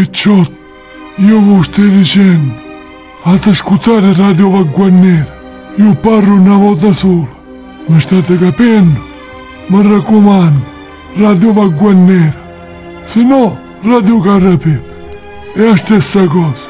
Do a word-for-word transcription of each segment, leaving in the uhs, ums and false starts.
Perciò io vi sto dicendo, ad ascoltare Radio Valguarnera. Io parlo una volta sola, mi state capendo? Mi raccomando, Radio Valguarnera, se no Radio Carrapepe, è la stessa cosa.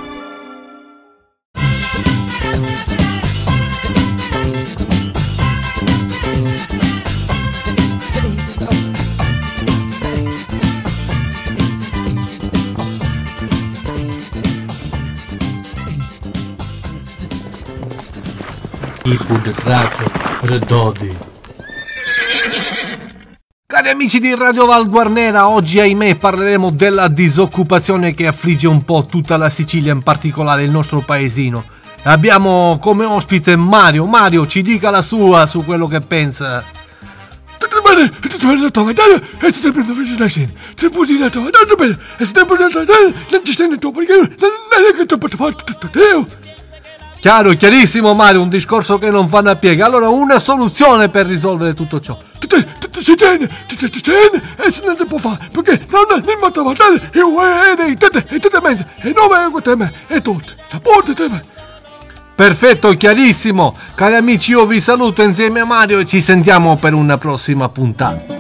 Cari amici di Radio Valguarnera, oggi ahimè parleremo della disoccupazione che affligge un po' tutta la Sicilia, in particolare il nostro paesino. Abbiamo come ospite Mario. Mario, ci dica la sua su quello che pensa. Chiaro, chiarissimo Mario, un discorso che non fanno a piega. Allora, una soluzione per risolvere tutto ciò. Si tiene, si tiene, e se non si può fare, perché non è molto valore, e uè, e tutte, e tutte mezze, e nove, e quattro, e tutte, la porta te. Perfetto, chiarissimo. Cari amici, io vi saluto insieme a Mario e ci sentiamo per una prossima puntata.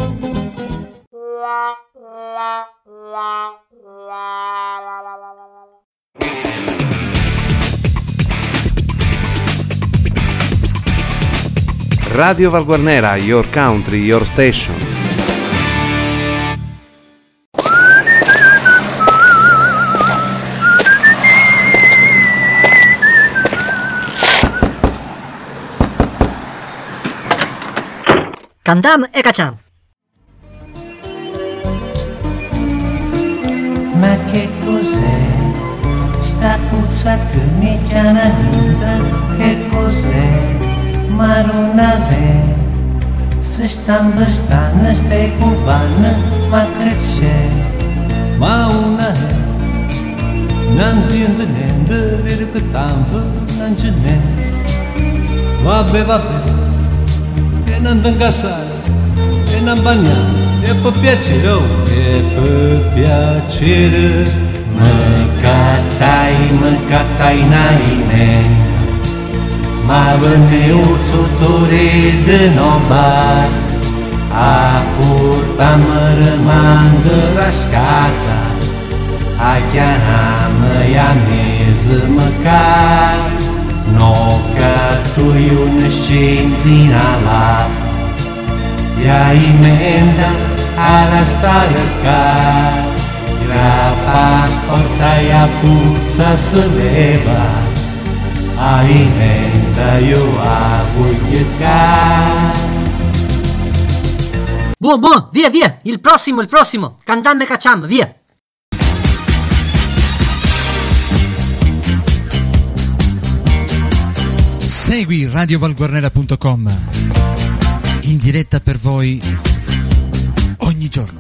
Radio Valguarnera, your country, your station. Candam e cacciam. Ma che cos'è sta puzza che mi chiama vita? Che cos'è? Ma non ave, se stan bastane, stai cubane, ma che c'è? Ma una è, non si intende, vero che tanto non ce n'è. Vabbè, vabbè, e non ti incazzare, e non bagnare, e per piacere, oh, e per piacere, me cattai, me cattai naine. Ma venuto tore de nobar, a purta-mă rămangă rascata, a chiama ianeză măcar, no ca tu un scenzina la, ia imenda alla stare car, grapa porta ia puzza se leva. Alimenta io a voi Buon, buon, via, via, il prossimo, il prossimo, Candam e cacciam, via. Segui radio valguarnera punto com in diretta per voi ogni giorno.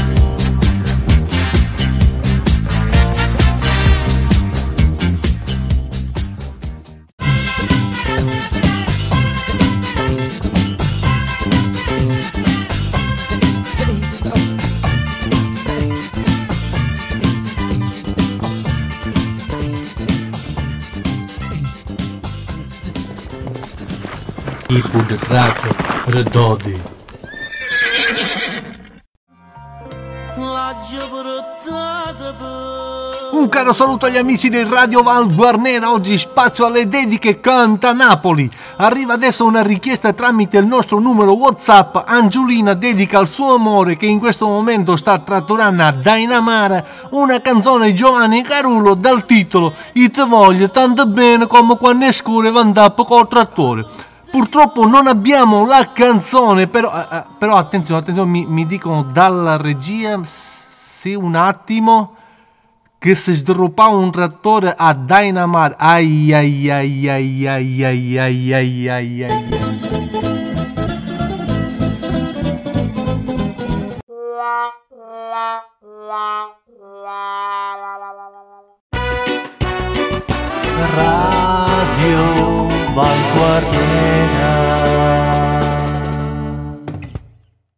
Un caro saluto agli amici di Radio Valguarnera, oggi spazio alle dediche Canta Napoli. Arriva adesso una richiesta tramite il nostro numero WhatsApp. Angiolina dedica al suo amore che in questo momento sta trattorando a Dainamara una canzone di Giovanni Carulo dal titolo I te voglio tanto bene come quando è scuro e vandappo col trattore. Purtroppo non abbiamo la canzone, però, eh, però attenzione, attenzione, mi, mi dicono dalla regia, sì, un attimo, che si sdroppa un trattore a Dainamar. Ai ai ai ai ai ai ai ai ai ai. Radio Valguarnera.